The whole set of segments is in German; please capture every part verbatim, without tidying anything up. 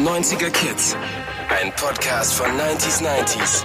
neunziger Kids. Ein Podcast von neunzig neunzig.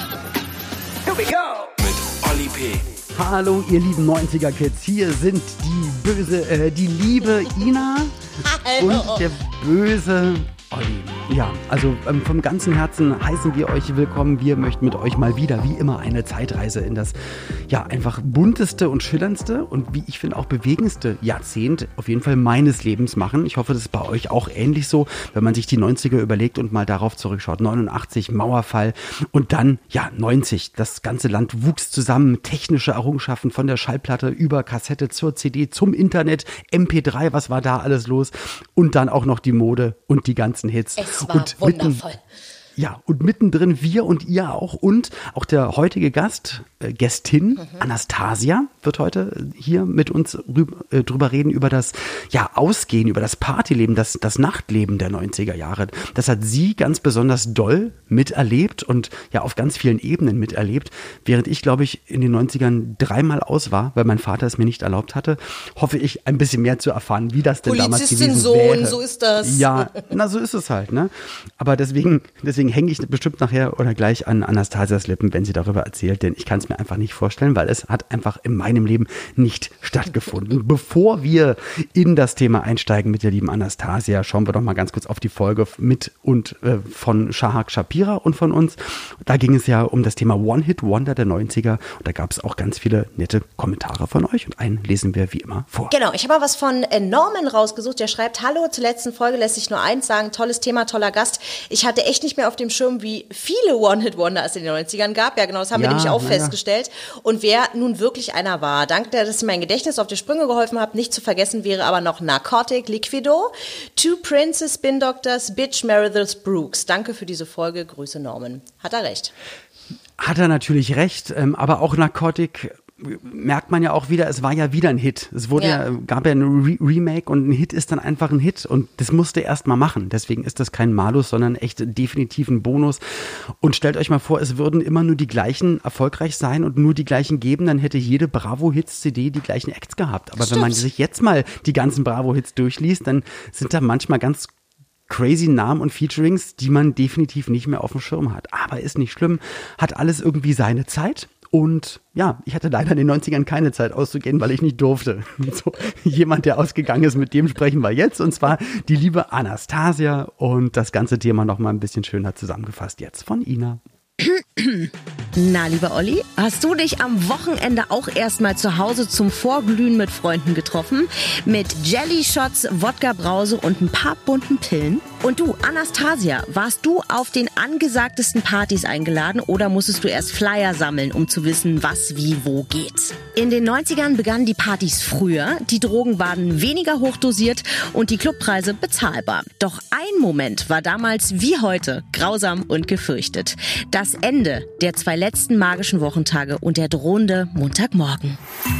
Here we go! Mit Olli P. Hallo ihr lieben neunziger Kids, hier sind die böse, äh, die liebe Ina und der böse Olli. Ja, also ähm, vom ganzen Herzen heißen wir euch willkommen. Wir möchten mit euch mal wieder, wie immer, eine Zeitreise in das, ja, einfach bunteste und schillerndste und wie ich finde auch bewegendste Jahrzehnt auf jeden Fall meines Lebens machen. Ich hoffe, das ist bei euch auch ähnlich so, wenn man sich die neunziger überlegt und mal darauf zurückschaut. neunundachtzig, Mauerfall und dann, ja, neunzig. Das ganze Land wuchs zusammen. Technische Errungenschaften von der Schallplatte über Kassette zur C D zum Internet, M P drei, was war da alles los? Und dann auch noch die Mode und die ganzen Hits. Es war und wundervoll. Mitten, ja, und mittendrin wir und ihr auch und auch der heutige Gast, äh, Gästin, mhm. Anastasia, wird heute hier mit uns rüb, äh, drüber reden, über das ja, Ausgehen, über das Partyleben, das, das Nachtleben der neunziger Jahre. Das hat sie ganz besonders doll miterlebt und ja auf ganz vielen Ebenen miterlebt, während ich, glaube ich, in den neunzigern dreimal aus war, weil mein Vater es mir nicht erlaubt hatte, hoffe ich, ein bisschen mehr zu erfahren, wie das denn damals gewesen wäre. Polizistin-Sohn, so ist das. Ja, na so ist es halt, ne? Aber deswegen, deswegen hänge ich bestimmt nachher oder gleich an Anastasias Lippen, wenn sie darüber erzählt, denn ich kann es mir einfach nicht vorstellen, weil es hat einfach in meinem Leben nicht stattgefunden. Bevor wir in das Thema einsteigen mit der lieben Anastasia, schauen wir doch mal ganz kurz auf die Folge mit und äh, von Shahak Shapira und von uns. Da ging es ja um das Thema One-Hit-Wonder der neunziger und da gab es auch ganz viele nette Kommentare von euch und einen lesen wir wie immer vor. Genau, ich habe was von Norman rausgesucht, der schreibt: Hallo, zur letzten Folge lässt sich nur eins sagen, tolles Thema, toller Gast. Ich hatte echt nicht mehr auf dem Schirm, wie viele One-Hit-Wonder es in den neunzigern gab. Ja, genau, das haben ja, wir nämlich auch ja. festgestellt. Und wer nun wirklich einer war. Dank, dass ihr mein Gedächtnis auf die Sprünge geholfen habt. Nicht zu vergessen wäre aber noch Narcotic, Liquido, Two Princes, Spin Doctors, Bitch, Meredith Brooks. Danke für diese Folge. Grüße, Norman. Hat er recht? Hat er natürlich recht, ähm, aber auch Narcotic merkt man ja auch wieder, es war ja wieder ein Hit. Es wurde ja, ja gab ja ein Re- Remake und ein Hit ist dann einfach ein Hit und das musste erst mal machen. Deswegen ist das kein Malus, sondern echt definitiv ein Bonus. Und stellt euch mal vor, es würden immer nur die gleichen erfolgreich sein und nur die gleichen geben, dann hätte jede Bravo-Hits-C D die gleichen Acts gehabt. Aber wenn man sich jetzt mal die ganzen Bravo-Hits durchliest, dann sind da manchmal ganz crazy Namen und Featurings, die man definitiv nicht mehr auf dem Schirm hat. Aber ist nicht schlimm, hat alles irgendwie seine Zeit. Und ja, ich hatte leider in den neunzigern keine Zeit auszugehen, weil ich nicht durfte. So, jemand, der ausgegangen ist, mit dem sprechen wir jetzt. Und zwar die liebe Anastasia. Und das ganze Thema noch mal ein bisschen schöner zusammengefasst jetzt von Ina. Na, lieber Olli, hast du dich am Wochenende auch erstmal zu Hause zum Vorglühen mit Freunden getroffen? Mit Jelly-Shots, Wodka-Brause und ein paar bunten Pillen? Und du, Anastasia, warst du auf den angesagtesten Partys eingeladen oder musstest du erst Flyer sammeln, um zu wissen, was wie wo geht? In den neunzigern begannen die Partys früher, die Drogen waren weniger hochdosiert und die Clubpreise bezahlbar. Doch ein Moment war damals wie heute grausam und gefürchtet. Das Ende der zwei letzten magischen Wochentage und der drohende Montagmorgen.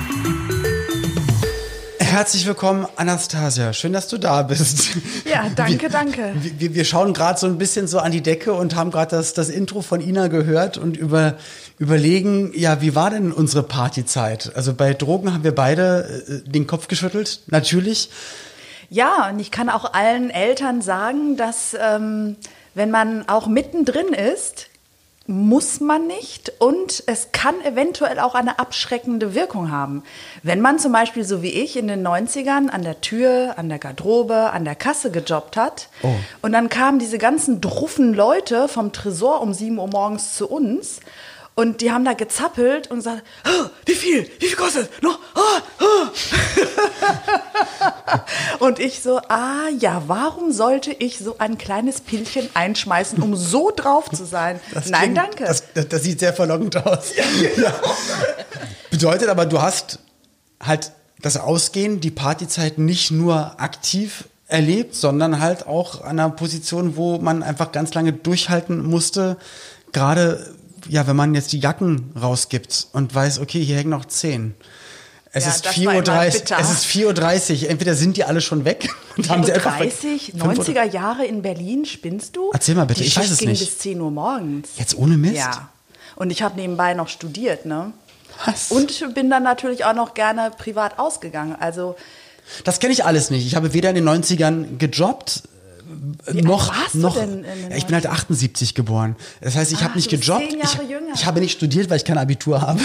Herzlich willkommen, Anastasia. Schön, dass du da bist. Ja, danke, wir, danke. Wir, wir schauen gerade so ein bisschen so an die Decke und haben gerade das, das Intro von Ina gehört und über, überlegen, ja, wie war denn unsere Partyzeit? Also bei Drogen haben wir beide äh, den Kopf geschüttelt, natürlich. Ja, und ich kann auch allen Eltern sagen, dass ähm, wenn man auch mittendrin ist, muss man nicht und es kann eventuell auch eine abschreckende Wirkung haben. Wenn man zum Beispiel so wie ich in den neunzigern an der Tür, an der Garderobe, an der Kasse gejobbt hat oh. und dann kamen diese ganzen druffen Leute vom Tresor um sieben Uhr morgens zu uns und die haben da gezappelt und gesagt, oh, wie viel, wie viel kostet es? Noch? Oh, oh. Und ich so, ah ja, warum sollte ich so ein kleines Pillchen einschmeißen, um so drauf zu sein? Das Nein, klingt, danke. Das, das, das sieht sehr verlockend aus. Ja, genau. Ja. Bedeutet aber, du hast halt das Ausgehen, die Partyzeit nicht nur aktiv erlebt, sondern halt auch an einer Position, wo man einfach ganz lange durchhalten musste, gerade ja, wenn man jetzt die Jacken rausgibt und weiß, okay, hier hängen noch zehn. Es ja, ist vier Uhr dreißig. Es ist vier Uhr dreißig. Entweder sind die alle schon weg und haben sie einfach dreißig, neunziger Jahre in Berlin, spinnst du? Erzähl mal bitte, die ich weiß es ging nicht. bis zehn Uhr morgens. Jetzt ohne Mist? Ja. Und ich habe nebenbei noch studiert, ne? Was? Und bin dann natürlich auch noch gerne privat ausgegangen. Also das kenne ich alles nicht. Ich habe weder in den neunzigern gejobbt, Wie noch, alt warst noch, du denn in den ja, ich bin halt achtundsiebzig geboren. Das heißt, ich Ah, habe nicht du bist gejobbt. zehn Jahre ich, jünger. ich habe nicht studiert, weil ich kein Abitur habe.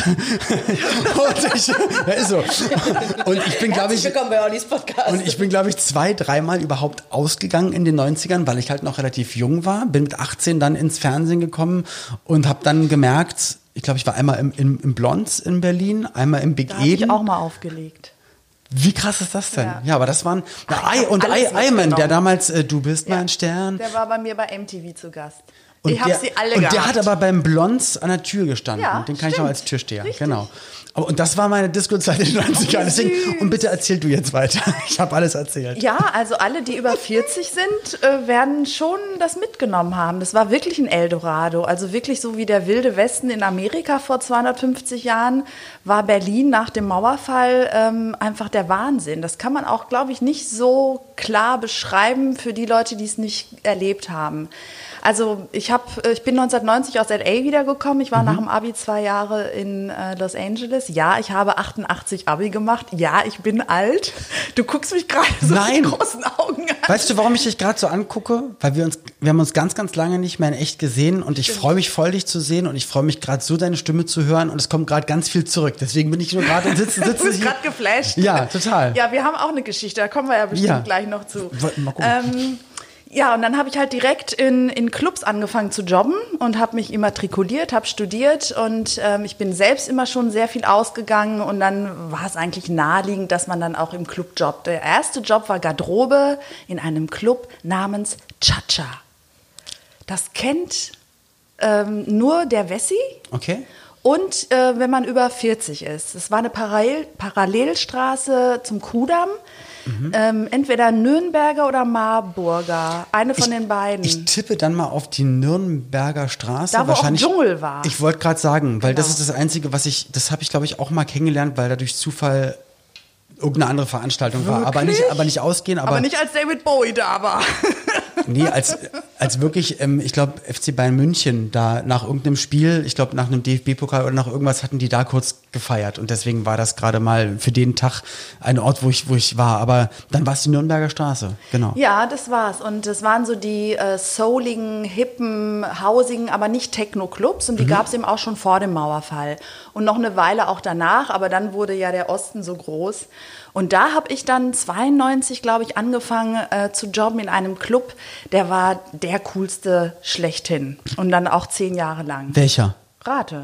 und ich, ja, ist so. Und ich bin, glaube ich, Willkommen bei Ollis Podcast. und ich bin, glaube ich, zwei, dreimal überhaupt ausgegangen in den neunzigern, weil ich halt noch relativ jung war. Bin mit achtzehn dann ins Fernsehen gekommen und habe dann gemerkt, ich glaube, ich war einmal im, im, im Blondes in Berlin, einmal im Big Da habe ich Eden. auch mal aufgelegt. Wie krass ist das denn? Ja, Ja. aber das waren ja, Ach, ich I, hab und alles I, Iman, der mitgenommen. damals äh, Du bist Ja. mein Stern. Der war bei mir bei M T V zu Gast. Und ich habe der, sie alle Und gehabt. der hat aber beim Blondes an der Tür gestanden. Ja, Den kann ich stimmt. noch als Türsteher. Richtig. Genau. Aber, und das war meine Disco-Zeit in den neunzigern. Deswegen, und bitte erzähl du jetzt weiter. Ich habe alles erzählt. Ja, also alle, die über vierzig sind, äh, werden schon das mitgenommen haben. Das war wirklich ein Eldorado. Also wirklich so wie der Wilde Westen in Amerika vor zweihundertfünfzig Jahren war Berlin nach dem Mauerfall ähm, einfach der Wahnsinn. Das kann man auch, glaube ich, nicht so klar beschreiben für die Leute, die es nicht erlebt haben. Also ich, hab, ich bin neunzehnhundertneunzig aus L A wiedergekommen. Ich war Mhm. nach dem Abi zwei Jahre in äh, Los Angeles. Ja, ich habe achtundachtzig Abi gemacht. Ja, ich bin alt. Du guckst mich gerade so Nein. mit großen Augen an. Weißt du, warum ich dich gerade so angucke? Weil wir uns, wir haben uns ganz, ganz lange nicht mehr in echt gesehen und ich freue mich voll, dich zu sehen und ich freue mich gerade so, deine Stimme zu hören und es kommt gerade ganz viel zurück. Deswegen bin ich nur gerade und sitze, Du sitze bist hier. gerade geflasht. Ja, total. Ja, wir haben auch eine Geschichte. Da kommen wir ja bestimmt Ja. gleich noch zu. Mal gucken. Ähm, ja, und dann habe ich halt direkt in, in Clubs angefangen zu jobben und habe mich immatrikuliert, habe studiert und ähm, ich bin selbst immer schon sehr viel ausgegangen und dann war es eigentlich naheliegend, dass man dann auch im Club jobbt. Der erste Job war Garderobe in einem Club namens Cha-Cha. Das kennt ähm, nur der Wessi. Okay. Und äh, wenn man über vierzig ist. Es war eine Parallel Parallelstraße zum Kudamm. Mhm. Ähm, entweder Nürnberger oder Marburger. Eine von Ich- den beiden. Ich tippe dann mal auf die Nürnberger Straße. Da, wo auch Wahrscheinlich, Dschungel war. Ich wollte gerade sagen, weil das Genau. ist das Einzige, was ich, das habe ich glaube ich auch mal kennengelernt, weil da durch Zufall irgendeine andere Veranstaltung war. Aber nicht, Wirklich? aber nicht ausgehen, aber, Aber nicht als David Bowie da war. nee, als, als wirklich, ähm, ich glaube, F C Bayern München da nach irgendeinem Spiel, ich glaube nach einem D F B-Pokal oder nach irgendwas hatten die da kurz gefeiert und deswegen war das gerade mal für den Tag ein Ort, wo ich, wo ich war. Aber dann war es die Nürnberger Straße, genau. Ja, das war's. Und das waren so die äh, souligen, hippen, hausigen, aber nicht Techno-Clubs. Und die gab's eben auch schon vor dem Mauerfall. Und noch eine Weile auch danach. Aber dann wurde ja der Osten so groß. Und da habe ich dann zweiundneunzig, glaube ich, angefangen äh, zu jobben in einem Club. Der war der coolste schlechthin. Und dann auch zehn Jahre lang. Welcher? Rate.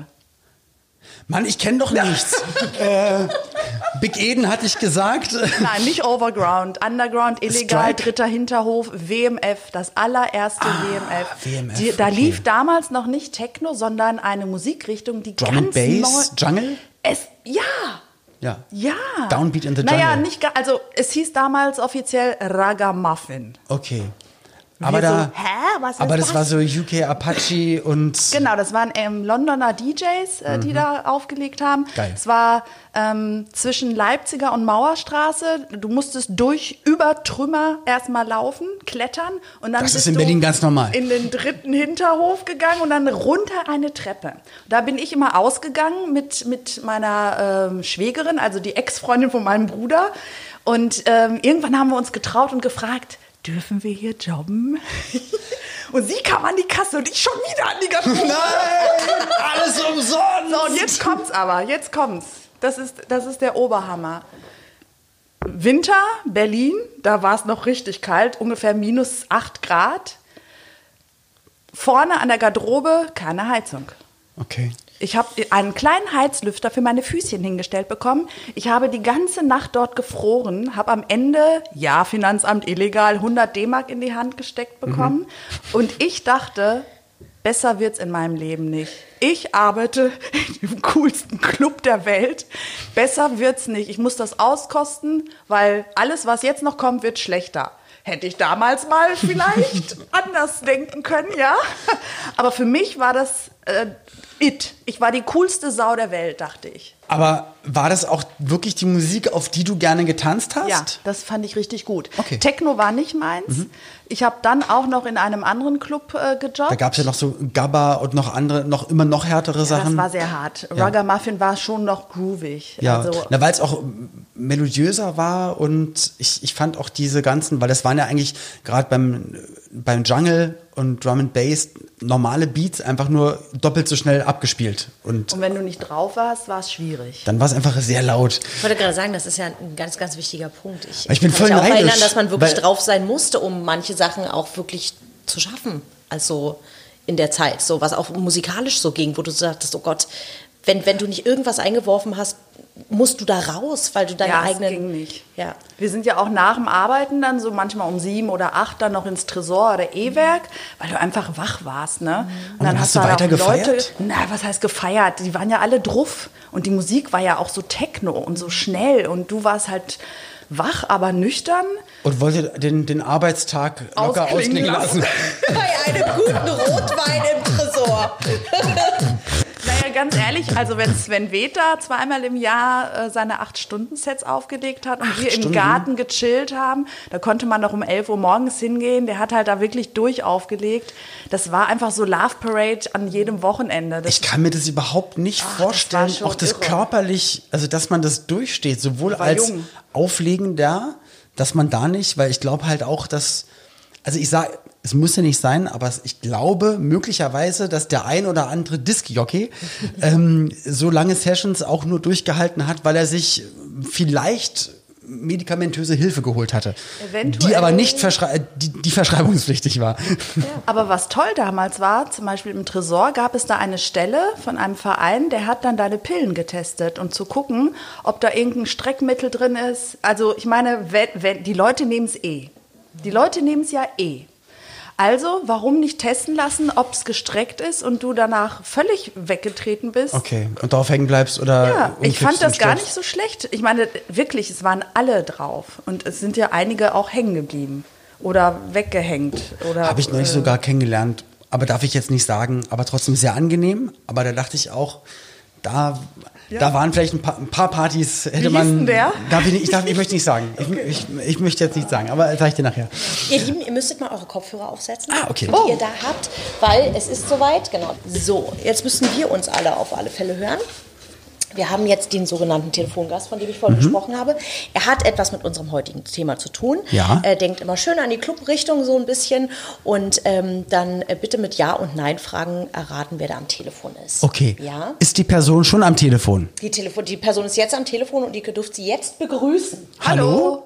Mann, ich kenne doch nichts. äh, Big Eden hatte ich gesagt. Nein, nicht Overground. Underground, illegal, Strike? dritter Hinterhof, W M F, das allererste W M F. W M F, Die, da okay. lief damals noch nicht Techno, sondern eine Musikrichtung, die Drum and ganz Bass, neu... Jungle? Es, ja, Ja. ja. Downbeat in the Naja, Jungle. nicht, ga- also es hieß damals offiziell Ragamuffin. Okay. Aber Wir da, so, hä, was ist aber das das? war so U K Apache und Genau, das waren ähm, Londoner D Js, äh, die da aufgelegt haben. Mhm. Geil. Es war ähm, zwischen Leipziger und Mauerstraße. Du musstest durch über Trümmer erstmal laufen, klettern und dann Das bist ist in du Berlin ganz normal. in den dritten Hinterhof gegangen und dann runter eine Treppe. Da bin ich immer ausgegangen mit, mit meiner ähm, Schwägerin, also die Ex-Freundin von meinem Bruder. Und ähm, irgendwann haben wir uns getraut und gefragt, dürfen wir hier jobben? Und sie kam an die Kasse und ich schon wieder an die Kasse. nein, alles umsonst. So, und jetzt kommt's aber, jetzt kommt's. Das ist, das ist der Oberhammer. Winter, Berlin, da war es noch richtig kalt, ungefähr minus acht Grad. Vorne an der Garderobe keine Heizung. Okay. Ich habe einen kleinen Heizlüfter für meine Füßchen hingestellt bekommen. Ich habe die ganze Nacht dort gefroren, habe am Ende, ja, Finanzamt illegal, hundert D-Mark in die Hand gesteckt bekommen. Mhm. Und ich dachte, besser wird's in meinem Leben nicht. Ich arbeite im coolsten Club der Welt. Besser wird's nicht. Ich muss das auskosten, weil alles, was jetzt noch kommt, wird schlechter. Hätte ich damals mal vielleicht anders denken können, ja. Aber für mich war das äh, it. Ich war die coolste Sau der Welt, dachte ich. Aber war das auch wirklich die Musik, auf die du gerne getanzt hast? Ja, das fand ich richtig gut. Okay. Techno war nicht meins. Mhm. Ich habe dann auch noch in einem anderen Club äh, gejobbt. Da gab es ja noch so Gabba und noch andere, noch immer noch härtere Ja, Sachen. das war sehr hart. Ja. Ragamuffin war schon noch groovig. Ja, Also, na, weil es auch melodiöser war und ich, ich fand auch diese ganzen, weil das waren ja eigentlich gerade beim, beim Jungle und Drum and Bass normale Beats einfach nur doppelt so schnell abgespielt. Und, und wenn du nicht drauf warst, war es schwierig. dann war es einfach sehr laut. Ich wollte gerade sagen, das ist ja ein ganz, ganz wichtiger Punkt. Ich, Ich bin kann voll mich auch neidisch, erinnern, dass man wirklich weil- drauf sein musste, um manche Sachen auch wirklich zu schaffen. Also in der Zeit, so was auch musikalisch so ging, wo du sagtest, oh Gott, wenn, wenn du nicht irgendwas eingeworfen hast, musst du da raus, weil du deine Ja, es eigenen... ging nicht. Ja. Wir sind ja auch nach dem Arbeiten dann so manchmal um sieben oder acht dann noch ins Tresor oder E-Werk, weil du einfach wach warst, ne? Und, dann hast du da weiter auch gefeiert? Na, was heißt gefeiert? Die waren ja alle druff und die Musik war ja auch so Techno und so schnell und du warst halt wach, aber nüchtern. Und wollte den, den Arbeitstag locker Ausklingen ausklingen lassen. Bei einem guten Rotwein im Tresor. Naja, ganz ehrlich, also wenn Sven Väter zweimal im Jahr äh, seine acht-Stunden-Sets aufgelegt hat und Acht wir Stunden? im Garten gechillt haben, da konnte man noch um elf Uhr morgens hingehen. Der hat halt da wirklich durch aufgelegt. Das war einfach so Love Parade an jedem Wochenende. Das Ich kann mir das überhaupt nicht Ach, das vorstellen, war schon auch das irre. körperlich, also dass man das durchsteht, sowohl war als jung. Auflegender, dass man da nicht, weil ich glaube halt auch, dass, also ich sage, es muss ja nicht sein, aber ich glaube möglicherweise, dass der ein oder andere Disc-Jockey ähm, so lange Sessions auch nur durchgehalten hat, weil er sich vielleicht medikamentöse Hilfe geholt hatte, Eventuell. die aber nicht verschrei die, die verschreibungspflichtig war. Aber was toll damals war, zum Beispiel im Tresor gab es da eine Stelle von einem Verein, der hat dann deine Pillen getestet und zu gucken, ob da irgendein Streckmittel drin ist. Also ich meine, wenn, wenn, die Leute nehmen es eh. Die Leute nehmen es ja eh. Also, warum nicht testen lassen, ob es gestreckt ist und du danach völlig weggetreten bist? Okay, und darauf hängen bleibst oder Ja, ich umkippst fand das und gar stirbst. nicht so schlecht. Ich meine, wirklich, es waren alle drauf. Und es sind ja einige auch hängen geblieben oder weggehängt. Oder, Habe ich neulich äh, sogar kennengelernt, aber darf ich jetzt nicht sagen, aber trotzdem sehr angenehm. Aber da dachte ich auch, da, da waren vielleicht ein paar, ein paar Partys, hätte Wie man. hieß denn der? Darf ich, nicht, ich, darf, ich möchte nicht sagen. Ich, ich, ich möchte jetzt nicht sagen, aber sage ich dir nachher. Ihr Lieben, ihr müsstet mal eure Kopfhörer aufsetzen, Ah, okay. die Oh. ihr da habt, weil es ist soweit. Genau. So, jetzt müssen wir uns alle auf alle Fälle hören. Wir haben jetzt den sogenannten Telefongast, von dem ich vorhin Mhm. gesprochen habe. Er hat etwas mit unserem heutigen Thema zu tun. Ja. Er denkt immer schön an die Clubrichtung so ein bisschen und ähm, dann äh, bitte mit Ja- und Nein-Fragen erraten, wer da am Telefon ist. Okay. Ja. Ist die Person schon am Telefon? Die, Telefon die Person ist jetzt am Telefon und ihr dürft sie jetzt begrüßen. Hallo?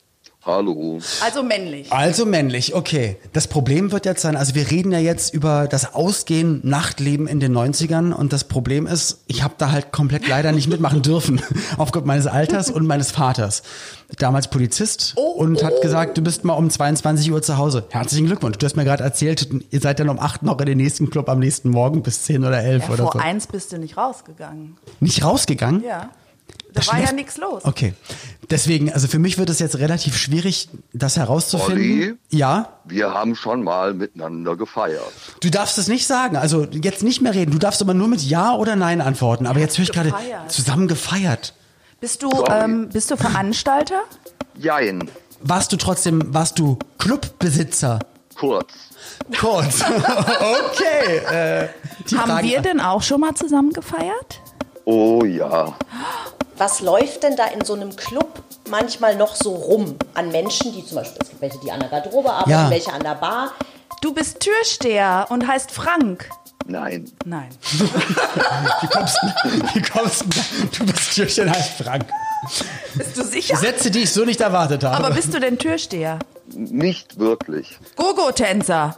Hallo. Also männlich. Also männlich, okay. Das Problem wird jetzt sein, also wir reden ja jetzt über das Ausgehen, Nachtleben in den neunzigern und das Problem ist, ich habe da halt komplett leider nicht mitmachen dürfen, aufgrund meines Alters und meines Vaters. Damals Polizist und hat gesagt, du bist mal um zweiundzwanzig Uhr zu Hause. Herzlichen Glückwunsch. Du hast mir gerade erzählt, ihr seid dann um acht noch in den nächsten Club am nächsten Morgen bis zehn oder elf Ja, oder vor so. eins bist du nicht rausgegangen. Nicht rausgegangen? Ja. Da Das war ja schläft- nichts los. Okay. Deswegen, also für mich wird es jetzt relativ schwierig, das herauszufinden. Olli? Ja? Wir haben schon mal miteinander gefeiert. Du darfst es nicht sagen, also jetzt nicht mehr reden. Du darfst aber nur mit Ja oder Nein antworten. Aber jetzt höre ich gerade Gefeiert. zusammen gefeiert. Bist du, Sorry. ähm, bist du Veranstalter? Jein, Warst du trotzdem, warst du Clubbesitzer? kurz. Kurz. Okay. Äh, die Haben Frage- wir denn auch schon mal zusammen gefeiert? Oh ja. Was läuft denn da in so einem Club manchmal noch so rum an Menschen, die zum Beispiel, es gibt welche, die an der Garderobe arbeiten, Ja. welche an der Bar. Du bist Türsteher und heißt Frank. Nein. Nein. Wie kommst du? Wie kommst du? Du bist Türchen heißt Frank. Bist du sicher? Sätze, die ich so nicht erwartet habe. Aber bist du denn Türsteher? Nicht wirklich. Gogo-Tänzer.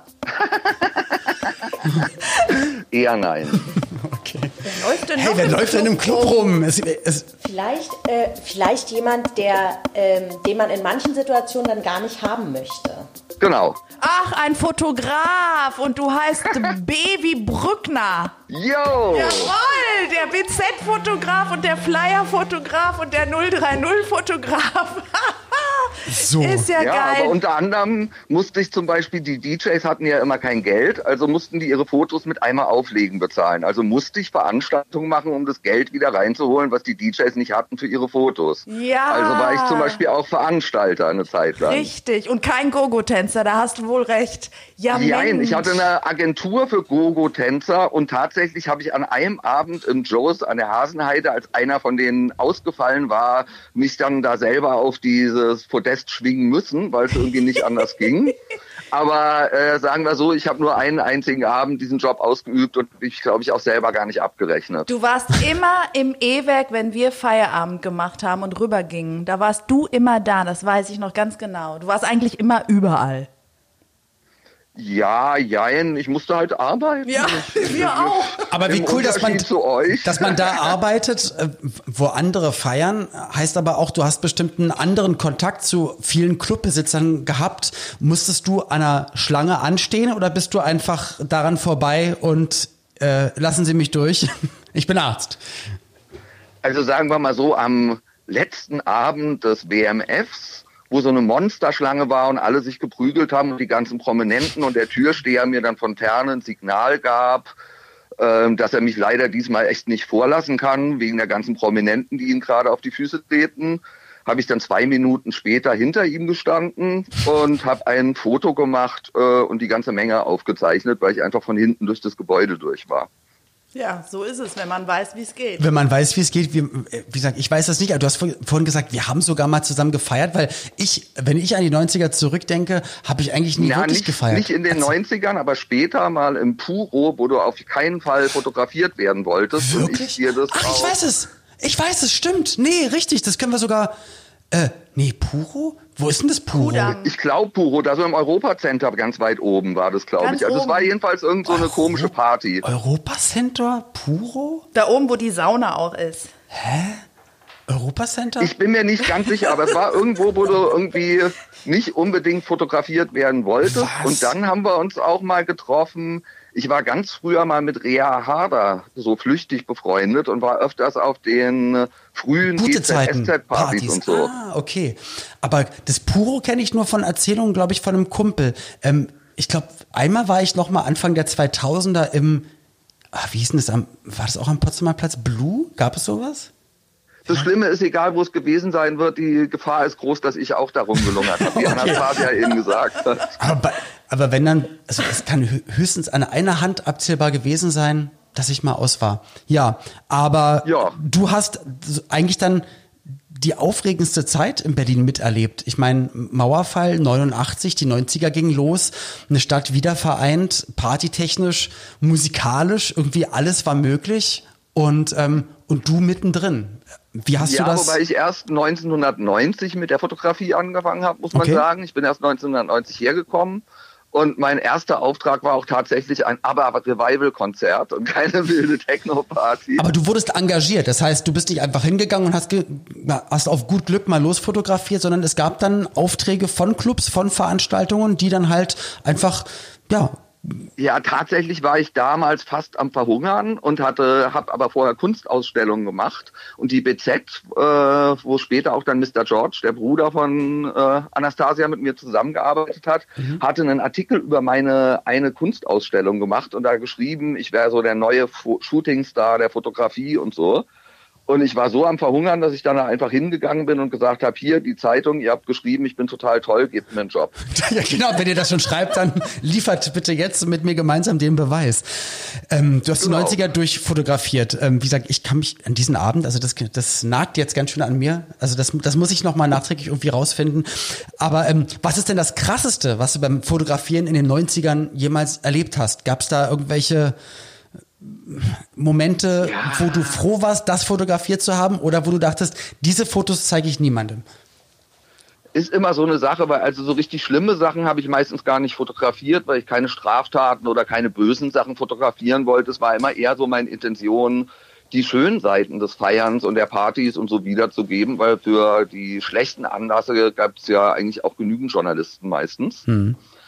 Eher nein. Okay. Wer läuft denn Hey, noch wer im läuft denn im Club rum? Es, es, Vielleicht, äh, vielleicht jemand, der, ähm, den man in manchen Situationen dann gar nicht haben möchte. Genau. Ach, ein Fotograf und du heißt Baby Brückner. Yo! Jawohl, der B Z-Fotograf und der Flyer-Fotograf und der null drei null-Fotograf. So. Ist ja, Ja, geil. aber unter anderem musste ich zum Beispiel, die D Js hatten ja immer kein Geld, also mussten die ihre Fotos mit einmal Auflegen bezahlen. Also musste ich Veranstaltungen machen, um das Geld wieder reinzuholen, was die D Js nicht hatten für ihre Fotos. Ja. Also war ich zum Beispiel auch Veranstalter eine Zeit lang. Richtig. Und kein Gogo-Tänzer, da hast du wohl recht. Ja, Nein, Mensch. ich hatte eine Agentur für Gogo-Tänzer und tatsächlich habe ich an einem Abend im Joe's an der Hasenheide, als einer von denen ausgefallen war, mich dann da selber auf dieses Podest schwingen müssen, weil es irgendwie nicht anders ging. Aber äh, sagen wir so, ich habe nur einen einzigen Abend diesen Job ausgeübt und ich glaube ich auch selber gar nicht abgerechnet. Du warst immer im E-Werk, wenn wir Feierabend gemacht haben und rübergingen. Da warst du immer da, das weiß ich noch ganz genau. Du warst eigentlich immer überall. Ja, jein, ich musste halt arbeiten. Ja, wir auch. Aber wie Im cool, dass man, Unterschied zu euch. dass man da arbeitet, äh, wo andere feiern, heißt aber auch, du hast bestimmt einen anderen Kontakt zu vielen Clubbesitzern gehabt. Musstest du an einer Schlange anstehen oder bist du einfach daran vorbei und äh, lassen Sie mich durch? Ich bin Arzt. Also sagen wir mal so, am letzten Abend des W M Fs, wo so eine Monsterschlange war und alle sich geprügelt haben und die ganzen Prominenten und der Türsteher mir dann von Ferne ein Signal gab, äh, dass er mich leider diesmal echt nicht vorlassen kann, wegen der ganzen Prominenten, die ihm gerade auf die Füße treten, habe ich dann zwei Minuten später hinter ihm gestanden und habe ein Foto gemacht äh, und die ganze Menge aufgezeichnet, weil ich einfach von hinten durch das Gebäude durch war. Ja, so ist es, wenn man weiß, wie es geht. Wenn man weiß, wie es geht, wie, wie gesagt, ich weiß das nicht, aber du hast vorhin gesagt, wir haben sogar mal zusammen gefeiert, weil ich, wenn ich an die neunziger zurückdenke, habe ich eigentlich nie Ja, wirklich nicht, gefeiert. nicht in den Also, neunzigern, aber später mal im Puro, wo du auf keinen Fall fotografiert werden wolltest. Und ich Wirklich? dir das Ach, ich auch- weiß es. Ich weiß es, stimmt. Nee, richtig, das können wir sogar. Äh, nee, Puro? Wo ist denn das Puro? Kudamm. Ich glaube Puro, da so im Europacenter ganz weit oben war das, glaube Ganz ich. Also es oben. war jedenfalls irgend so eine komische Party. Europacenter? Puro? Da oben, wo die Sauna auch ist. Europacenter? Ich bin mir nicht ganz sicher, aber es war irgendwo, wo du irgendwie nicht unbedingt fotografiert werden wolltest. Was? Und dann haben wir uns auch mal getroffen. Ich war ganz früher mal mit Rea Harder so flüchtig befreundet und war öfters auf den äh, frühen G Gute Z Zeiten, S Z-Partys Partys. und so. Ah, okay. Aber das Puro kenne ich nur von Erzählungen, glaube ich, von einem Kumpel. Ähm, ich glaube, einmal war ich noch mal Anfang der zweitausender im, ah, wie hieß denn das, am, war das auch am Potsdamer Platz? Blue? Gab es sowas? Das Schlimme ist, egal wo es gewesen sein wird, die Gefahr ist groß, dass ich auch darum gelungert habe, wie Anastasia eben gesagt hat. Aber, bei- aber wenn dann, also es kann hö- höchstens an einer Hand abzählbar gewesen sein, dass ich mal aus war. Ja, aber Ja. du hast so eigentlich dann die aufregendste Zeit in Berlin miterlebt. Ich meine, Mauerfall, neunundachtzig, die neunziger gingen los, eine Stadt wieder vereint, partytechnisch, musikalisch, irgendwie alles war möglich und, ähm, und du mittendrin. Wie hast Ja, du das? wobei ich erst neunzehnhundertneunzig mit der Fotografie angefangen habe, muss man Okay. sagen. Ich bin erst neunzehnhundertneunzig hergekommen. Und mein erster Auftrag war auch tatsächlich ein ABBA-Revival-Konzert und keine wilde Techno-Party. Aber du wurdest engagiert, das heißt, du bist nicht einfach hingegangen und hast, ge hast auf gut Glück mal losfotografiert, sondern es gab dann Aufträge von Clubs, von Veranstaltungen, die dann halt einfach, ja, Ja, tatsächlich war ich damals fast am Verhungern und hatte, habe aber vorher Kunstausstellungen gemacht. Und die B Z, äh, wo später auch dann Mister George, der Bruder von äh, Anastasia, mit mir zusammengearbeitet hat, Mhm. hatte einen Artikel über meine eine Kunstausstellung gemacht und da geschrieben, ich wäre so der neue Fo- Shootingstar der Fotografie und so. Und ich war so am Verhungern, dass ich dann einfach hingegangen bin und gesagt habe, hier, die Zeitung, ihr habt geschrieben, ich bin total toll, gebt mir einen Job. ja genau, wenn ihr das schon schreibt, dann liefert bitte jetzt mit mir gemeinsam den Beweis. Ähm, du hast Genau. die neunziger durchfotografiert. Ähm, wie gesagt, ich kann mich an diesen Abend, also das, das nagt jetzt ganz schön an mir, also das, das muss ich nochmal nachträglich irgendwie rausfinden. Aber ähm, was ist denn das Krasseste, was du beim Fotografieren in den neunzigern jemals erlebt hast? Gab es da irgendwelche Momente, Ja. wo du froh warst, das fotografiert zu haben oder wo du dachtest, diese Fotos zeige ich niemandem? Ist immer so eine Sache, weil also so richtig schlimme Sachen habe ich meistens gar nicht fotografiert, weil ich keine Straftaten oder keine bösen Sachen fotografieren wollte. Es war immer eher so meine Intention, die schönen Seiten des Feierns und der Partys und so wiederzugeben, weil für die schlechten Anlässe gab es ja eigentlich auch genügend Journalisten meistens. Hm.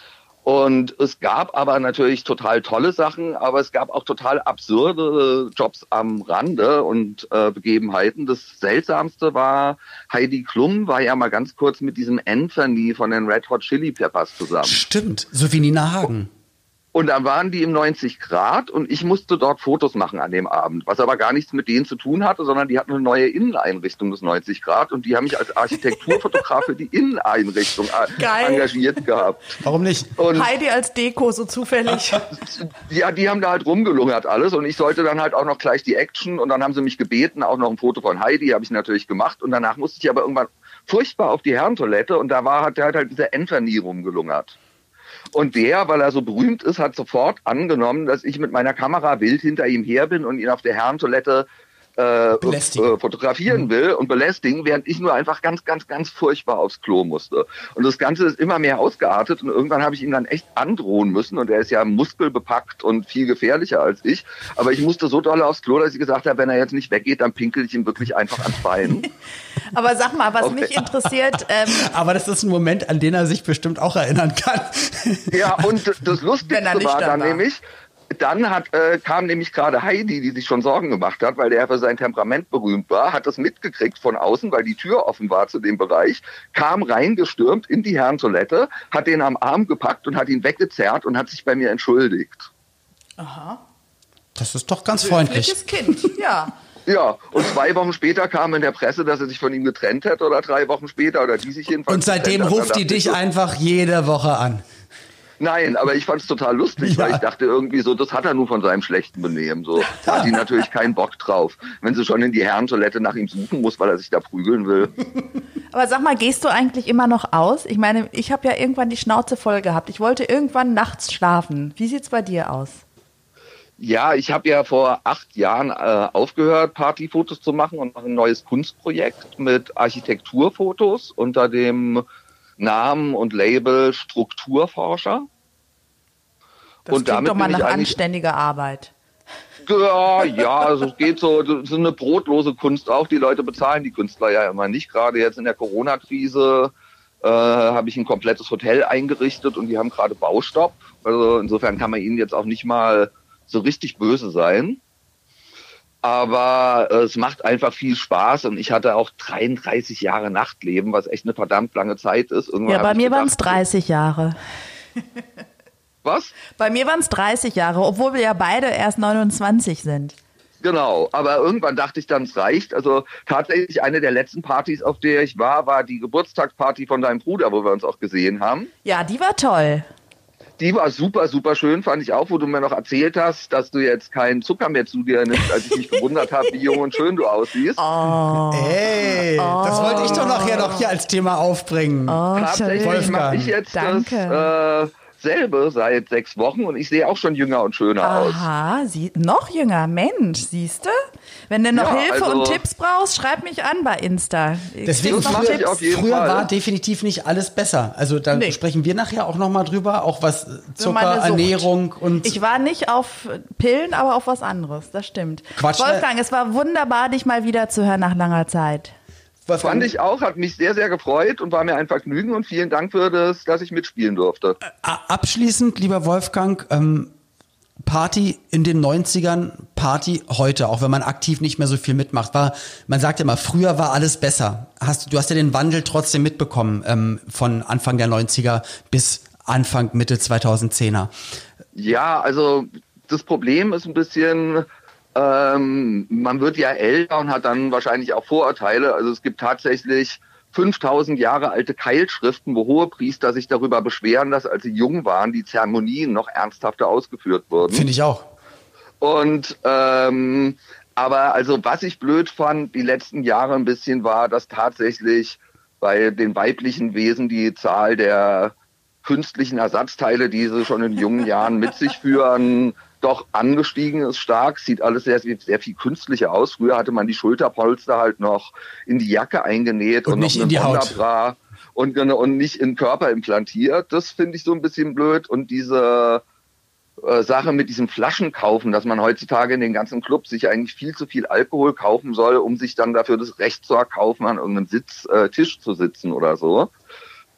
Und es gab aber natürlich total tolle Sachen, aber es gab auch total absurde Jobs am Rande und äh, Begebenheiten. Das Seltsamste war, Heidi Klum war ja mal ganz kurz mit diesem Anthony von den Red Hot Chili Peppers zusammen. Stimmt, so wie Nina Hagen. Und dann waren die im neunzig Grad und ich musste dort Fotos machen an dem Abend, was aber gar nichts mit denen zu tun hatte, sondern die hatten eine neue Inneneinrichtung des neunzig Grad und die haben mich als Architekturfotograf für die Inneneinrichtung Geil. engagiert gehabt. Warum nicht? Und Heidi als Deko, so zufällig. ja, die haben da halt rumgelungert alles und ich sollte dann halt auch noch gleich die Action und dann haben sie mich gebeten, auch noch ein Foto von Heidi, habe ich natürlich gemacht und danach musste ich aber irgendwann furchtbar auf die Herrentoilette und da war, hat der halt dieser Anthony rumgelungert. Und der, weil er so berühmt ist, hat sofort angenommen, dass ich mit meiner Kamera wild hinter ihm her bin und ihn auf der Herrentoilette äh, äh, fotografieren will und belästigen, während ich nur einfach ganz, ganz, ganz furchtbar aufs Klo musste. Und das Ganze ist immer mehr ausgeartet und irgendwann habe ich ihn dann echt androhen müssen und er ist ja muskelbepackt und viel gefährlicher als ich. Aber ich musste so doll aufs Klo, dass ich gesagt habe, wenn er jetzt nicht weggeht, dann pinkel ich ihm wirklich einfach ans Bein. Aber sag mal, was Okay. mich interessiert... Ähm, Aber das ist ein Moment, an den er sich bestimmt auch erinnern kann. Ja, und das Wenn er Lustigste nüchtern war dann war. nämlich, dann hat, äh, kam nämlich gerade Heidi, die sich schon Sorgen gemacht hat, weil der für sein Temperament berühmt war, hat das mitgekriegt von außen, weil die Tür offen war zu dem Bereich, kam reingestürmt in die Herrentoilette, hat den am Arm gepackt und hat ihn weggezerrt und hat sich bei mir entschuldigt. Aha. Das ist doch ganz freundlich. Höfliches Kind, ja. Ja, und zwei Wochen später kam in der Presse, dass er sich von ihm getrennt hätte oder drei Wochen später oder die sich jedenfalls Und seitdem getrennt hat. ruft Dann die dachte ich dich so, einfach jede Woche an. Nein, aber ich fand es total lustig, Ja. weil ich dachte irgendwie so, das hat er nur von seinem schlechten Benehmen. So hat die natürlich keinen Bock drauf, wenn sie schon in die Herrentoilette nach ihm suchen muss, weil er sich da prügeln will. Aber sag mal, gehst du eigentlich immer noch aus? Ich meine, ich habe ja irgendwann die Schnauze voll gehabt. Ich wollte irgendwann nachts schlafen. Wie sieht's bei dir aus? Ja, ich habe ja vor acht Jahren äh, aufgehört, Partyfotos zu machen und mache ein neues Kunstprojekt mit Architekturfotos unter dem Namen und Label Strukturforscher. Das Und klingt damit doch mal bin ich nach eigentlich- anständiger Arbeit. Ja, ja, also es geht so, das ist eine brotlose Kunst auch. Die Leute bezahlen die Künstler ja immer nicht. Gerade jetzt in der Corona-Krise äh, habe ich ein komplettes Hotel eingerichtet und die haben gerade Baustopp. Also insofern kann man ihnen jetzt auch nicht mal so richtig böse sein. Aber äh, es macht einfach viel Spaß und ich hatte auch dreiunddreißig Jahre Nachtleben, was echt eine verdammt lange Zeit ist. Irgendwann Ja, hab bei ich mir gedacht, waren es dreißig Jahre. Was? Bei mir waren es dreißig Jahre, obwohl wir ja beide erst neunundzwanzig sind. Genau, aber irgendwann dachte ich dann, es reicht. Also tatsächlich eine der letzten Partys, auf der ich war, war die Geburtstagsparty von deinem Bruder, wo wir uns auch gesehen haben. Ja, die war toll. Die war super, super schön, fand ich auch, wo du mir noch erzählt hast, dass du jetzt keinen Zucker mehr zu dir nimmst, als ich mich gewundert habe, wie jung und schön du aussiehst. Oh. Ey, das wollte ich doch nachher noch hier als Thema aufbringen. Oh, Tatsächlich Wolfgang. mache ich jetzt Danke. das äh, selbe seit sechs Wochen und ich sehe auch schon jünger und schöner aus. Aha, sie, noch jünger, Mensch, siehst du? Wenn du noch Ja, Hilfe also- und Tipps brauchst, schreib mich an bei Insta. Ich Deswegen krieg noch mach ich früher, auf jeden früher Fall. war definitiv nicht alles besser. Also da Nee. sprechen wir nachher auch nochmal drüber, auch was äh, So meine Zucker, Sucht. Ernährung und Ich war nicht auf Pillen, aber auf was anderes, das stimmt. Quatsch, Wolfgang, es war wunderbar, dich mal wieder zu hören nach langer Zeit. Wolfgang, Fand ich auch, hat mich sehr, sehr gefreut und war mir ein Vergnügen und vielen Dank für das, dass ich mitspielen durfte. a- abschließend, lieber Wolfgang, ähm, Party in den neunzigern, Party heute, auch wenn man aktiv nicht mehr so viel mitmacht, war, man sagt ja immer, früher war alles besser. Hast, du hast ja den Wandel trotzdem mitbekommen, ähm, von Anfang der neunziger bis Anfang, Mitte zweitausendzehner. Ja, also das Problem ist ein bisschen, ähm, man wird ja älter und hat dann wahrscheinlich auch Vorurteile. Also es gibt tatsächlich fünftausend Jahre alte Keilschriften, wo Hohepriester sich darüber beschweren, dass als sie jung waren, die Zeremonien noch ernsthafter ausgeführt wurden. Finde ich auch. Und ähm, aber also was ich blöd fand die letzten Jahre ein bisschen war, dass tatsächlich bei den weiblichen Wesen die Zahl der künstlichen Ersatzteile, die sie schon in jungen Jahren mit sich führen, doch angestiegen ist stark. Sieht alles sehr, sehr viel künstlicher aus. Früher hatte man die Schulterpolster halt noch in die Jacke eingenäht Und und, nicht noch in die eine Haut. Wonderbra und, und nicht in den Körper implantiert. Das finde ich so ein bisschen blöd. Und diese äh, Sache mit diesem Flaschenkaufen, dass man heutzutage in den ganzen Clubs sich eigentlich viel zu viel Alkohol kaufen soll, um sich dann dafür das Recht zu erkaufen, an irgendeinem Sitz, äh, Tisch zu sitzen oder so.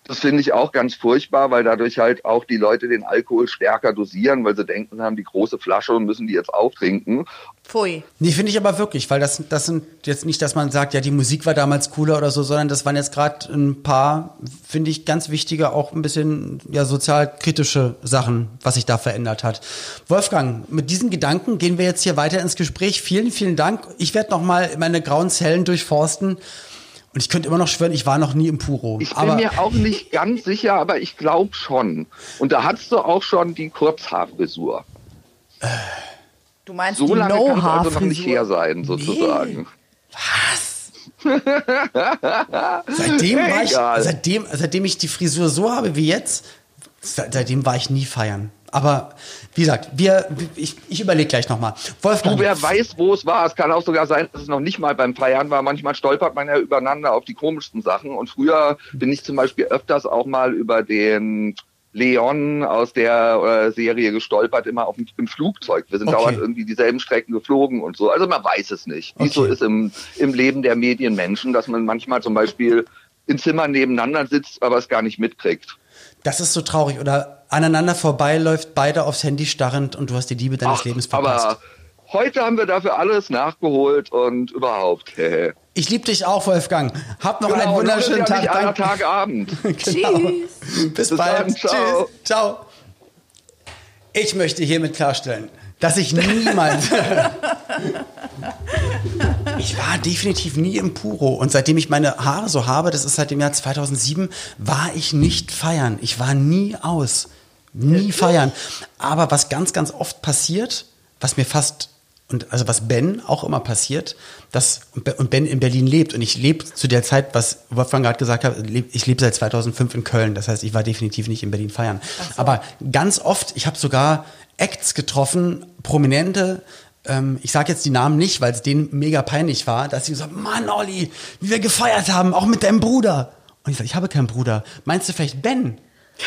Das finde ich auch ganz furchtbar, weil dadurch halt auch die Leute den Alkohol stärker dosieren, weil sie denken, sie haben die große Flasche und müssen die jetzt auftrinken. Pfui. Nee, finde ich aber wirklich, weil das, das sind jetzt nicht, dass man sagt, ja, die Musik war damals cooler oder so, sondern das waren jetzt gerade ein paar, finde ich, ganz wichtige, auch ein bisschen ja sozialkritische Sachen, was sich da verändert hat. Wolfgang, mit diesen Gedanken gehen wir jetzt hier weiter ins Gespräch. Vielen, vielen Dank. Ich werde nochmal meine grauen Zellen durchforsten. Und ich könnte immer noch schwören, ich war noch nie im Puro. Ich bin aber mir auch nicht ganz sicher, aber ich glaube schon. Und da hattest du auch schon die Kurzhaarfrisur. Du meinst so die lange kann es also noch nicht No-Haar-Frisur? her sein, sozusagen. was? seitdem, war ich, Egal. seitdem, seitdem ich die Frisur so habe wie jetzt, seitdem war ich nie feiern. Aber wie gesagt, wir, ich, ich überlege gleich nochmal. Wolfgang. Du, wer weiß, wo es war. Es kann auch sogar sein, dass es noch nicht mal beim Feiern war. Manchmal stolpert man ja übereinander auf die komischsten Sachen. Und früher bin ich zum Beispiel öfters auch mal über den Leon aus der äh, Serie gestolpert, immer auf dem, im Flugzeug. Wir sind Okay. dauernd irgendwie dieselben Strecken geflogen und so. Also man weiß es nicht, wie es so Okay. ist im, im Leben der Medienmenschen, dass man manchmal zum Beispiel in Zimmern nebeneinander sitzt, aber es gar nicht mitkriegt. Das ist so traurig. Oder aneinander vorbeiläuft, beide aufs Handy starrend und du hast die Liebe deines Ach, Lebens verpasst. aber heute haben wir dafür alles nachgeholt und überhaupt. Ich liebe dich auch, Wolfgang. Hab noch einen Genau, wunderschönen das ist ja Tag. nicht aller Danke. Tag Abend. Genau. Bis, Bis bald. dann, ciao. Tschüss. Ciao. Ich möchte hiermit klarstellen, dass ich niemals... Ich war definitiv nie im Puro. Und seitdem ich meine Haare so habe, das ist seit dem Jahr zweitausendsieben, war ich nicht feiern. Ich war nie aus. Nie feiern. Aber was ganz, ganz oft passiert, was mir fast... Und also was Ben auch immer passiert, dass und Ben in Berlin lebt und ich lebe zu der Zeit, was Wolfgang gerade gesagt hat, ich lebe seit zweitausendfünf in Köln, das heißt, ich war definitiv nicht in Berlin feiern. So. Aber ganz oft, ich habe sogar Acts getroffen, Prominente, ähm, ich sage jetzt die Namen nicht, weil es denen mega peinlich war, dass sie gesagt haben, Mann, Olli, wie wir gefeiert haben, auch mit deinem Bruder. Und ich sage, ich habe keinen Bruder. Meinst du vielleicht Ben?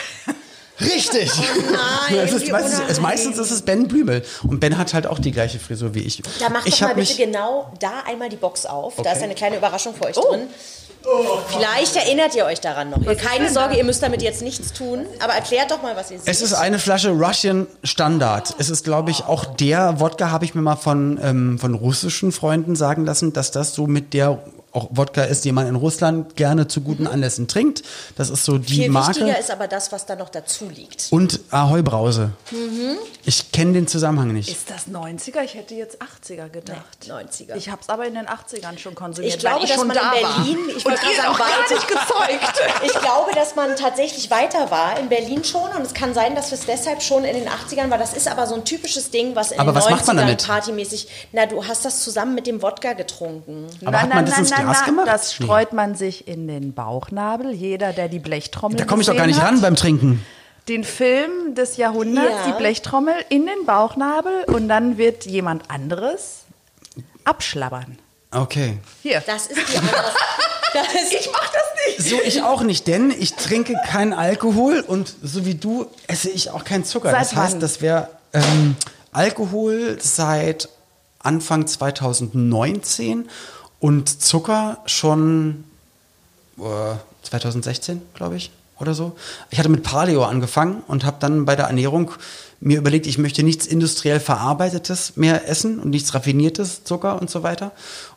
Richtig! Oh nein, es ist, wie meistens, es, unangenehm. meistens ist es Ben Blümel. Und Ben hat halt auch die gleiche Frisur wie ich. Da macht ich doch mal hab bitte mich, genau da einmal die Box auf. Da Okay. ist eine kleine Überraschung für euch Oh. drin. Vielleicht erinnert ihr euch daran noch. Ihr, keine Sorge, ihr müsst damit jetzt nichts tun. Aber erklärt doch mal, was ihr seht. Es ist eine Flasche Russian Standard. Es ist, glaube ich, auch der Wodka, habe ich mir mal von, ähm, von russischen Freunden sagen lassen, dass das so mit der auch Wodka ist, den man in Russland gerne zu guten Anlässen trinkt. Das ist so die Viel Marke. wichtiger ist aber das, was da noch dazu liegt. Und Ahoi-Brause. Mhm. Ich kenne den Zusammenhang nicht. Ist das neunziger? Ich hätte jetzt achtziger gedacht. Nee, neunziger. Ich habe es aber in den achtzigern schon konsumiert, Ich glaube, weil ich dass schon man da in war. Berlin, ich Und wollte ihr gerade noch sagen, gar weiter- nicht gezeugt. Ich glaube, dass man tatsächlich weiter war in Berlin schon und es kann sein, dass es deshalb schon in den achtzigern war. Das ist aber so ein typisches Ding, was in Aber den was macht man neunzigern damit? partymäßig. Na, du hast das zusammen mit dem Wodka getrunken. Aber hat man das ins Glas gemacht? Das Nee. streut man sich in den Bauchnabel. Jeder, der die Blechtrommel Da komme ich doch gar gesehen nicht hat. ran beim Trinken. Den Film des Jahrhunderts, Ja. die Blechtrommel in den Bauchnabel und dann wird jemand anderes abschlabbern. Okay. Hier. Das ist die andere. Das ist, Ich mach das nicht. So ich auch nicht, denn ich trinke keinen Alkohol und so wie du esse ich auch keinen Zucker. Seit das heißt, wann? das wäre ähm, Alkohol seit Anfang zweitausendneunzehn und Zucker schon äh, zweitausendsechzehn, glaube ich, oder so. Ich hatte mit Paleo angefangen und habe dann bei der Ernährung mir überlegt, ich möchte nichts industriell Verarbeitetes mehr essen und nichts Raffiniertes, Zucker und so weiter.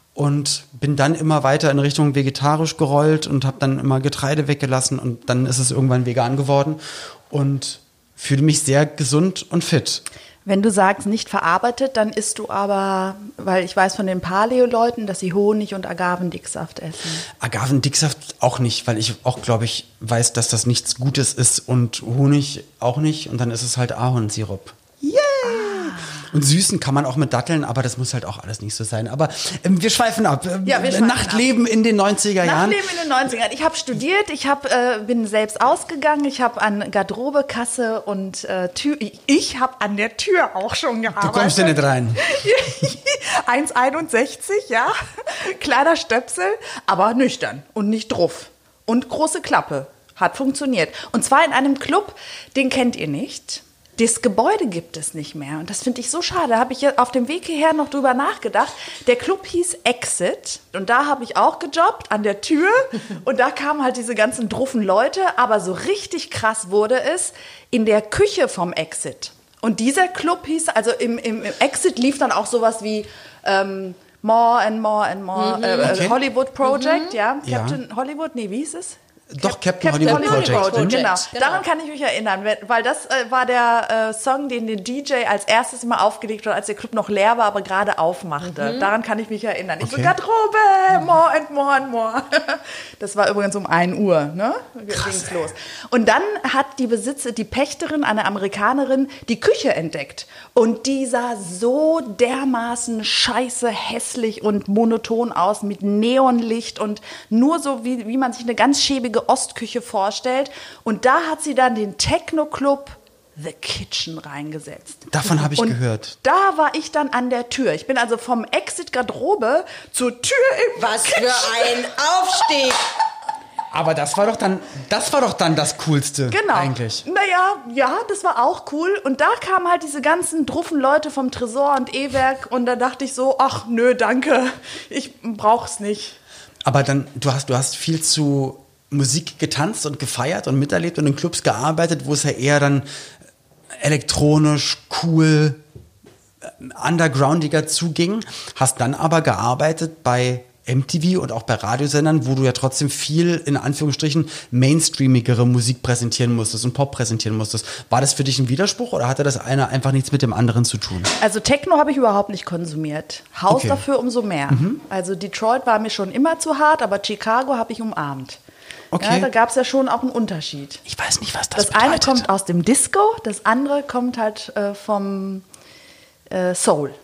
Und bin dann immer weiter in Richtung vegetarisch gerollt und habe dann immer Getreide weggelassen und dann ist es irgendwann vegan geworden und fühle mich sehr gesund und fit. Wenn du sagst, nicht verarbeitet, dann isst du aber, weil ich weiß von den Paleo-Leuten, dass sie Honig und Agavendicksaft essen. Agavendicksaft auch nicht, weil ich auch, glaube ich, weiß, dass das nichts Gutes ist und Honig auch nicht und dann ist es halt Ahornsirup. Yeah! Und süßen kann man auch mit Datteln, aber das muss halt auch alles nicht so sein. Aber ähm, wir schweifen ab. Ähm, Ja, wir schweifen Nachtleben in den neunziger Jahren. Nachleben in den neunzigern. Ich habe studiert, ich hab, äh, bin selbst ausgegangen, ich habe an Garderobekasse und äh, Tür, ich habe an der Tür auch schon Du gearbeitet. kommst ja nicht rein. eins einundsechzig, ja. Kleiner Stöpsel, aber nüchtern und nicht druff. Und große Klappe. Hat funktioniert. Und zwar in einem Club, den kennt ihr nicht. Das Gebäude gibt es nicht mehr und das finde ich so schade. Da habe ich ja auf dem Weg hierher noch drüber nachgedacht. Der Club hieß Exit und da habe ich auch gejobbt an der Tür und da kamen halt diese ganzen druffen Leute, aber so richtig krass wurde es in der Küche vom Exit. Und dieser Club hieß, also im, im, im Exit lief dann auch sowas wie ähm, More and More and More, mhm. äh, okay. Hollywood Project, mhm. ja, Captain ja. Hollywood, nee, wie hieß es? Doch, Captain, Captain Hollywood, Hollywood Project. Project. Genau. Genau. Daran kann ich mich erinnern, weil das äh, war der äh, Song, den der D J als erstes mal aufgelegt hat, als der Club noch leer war, aber gerade aufmachte. Mhm. Daran kann ich mich erinnern. Ich okay. so, Garderobe, more and more and more. Das war übrigens um ein Uhr, ne? Ging's los. Und dann hat die Besitzer, die Pächterin, eine Amerikanerin, die Küche entdeckt. Und die sah so dermaßen scheiße, hässlich und monoton aus mit Neonlicht und nur so, wie, wie man sich eine ganz schäbige Ostküche vorstellt. Und da hat sie dann den Techno-Club The Kitchen reingesetzt. Davon habe ich und gehört. Da war ich dann an der Tür. Ich bin also vom Exit Garderobe zur Tür im Was Kitchen. für ein Aufstieg! Aber das war doch dann, das war doch dann das Coolste Genau. eigentlich. Naja, ja, das war auch cool. Und da kamen halt diese ganzen druffen Leute vom Tresor und E-Werk. Und da dachte ich so, ach nö, danke, ich brauch's nicht. Aber dann, du hast, du hast viel zu Musik getanzt und gefeiert und miterlebt und in Clubs gearbeitet, wo es ja eher dann elektronisch, cool, undergroundiger zuging. Hast dann aber gearbeitet bei M T V und auch bei Radiosendern, wo du ja trotzdem viel, in Anführungsstrichen, mainstreamigere Musik präsentieren musstest und Pop präsentieren musstest. War das für dich ein Widerspruch oder hatte das eine einfach nichts mit dem anderen zu tun? Also Techno habe ich überhaupt nicht konsumiert. Haus Okay. dafür umso mehr. Mhm. Also Detroit war mir schon immer zu hart, aber Chicago habe ich umarmt. Okay. Ja, da gab es ja schon auch einen Unterschied. Ich weiß nicht, was das, Das eine bedeutet. kommt aus dem Disco, das andere kommt halt äh, vom äh, Soul.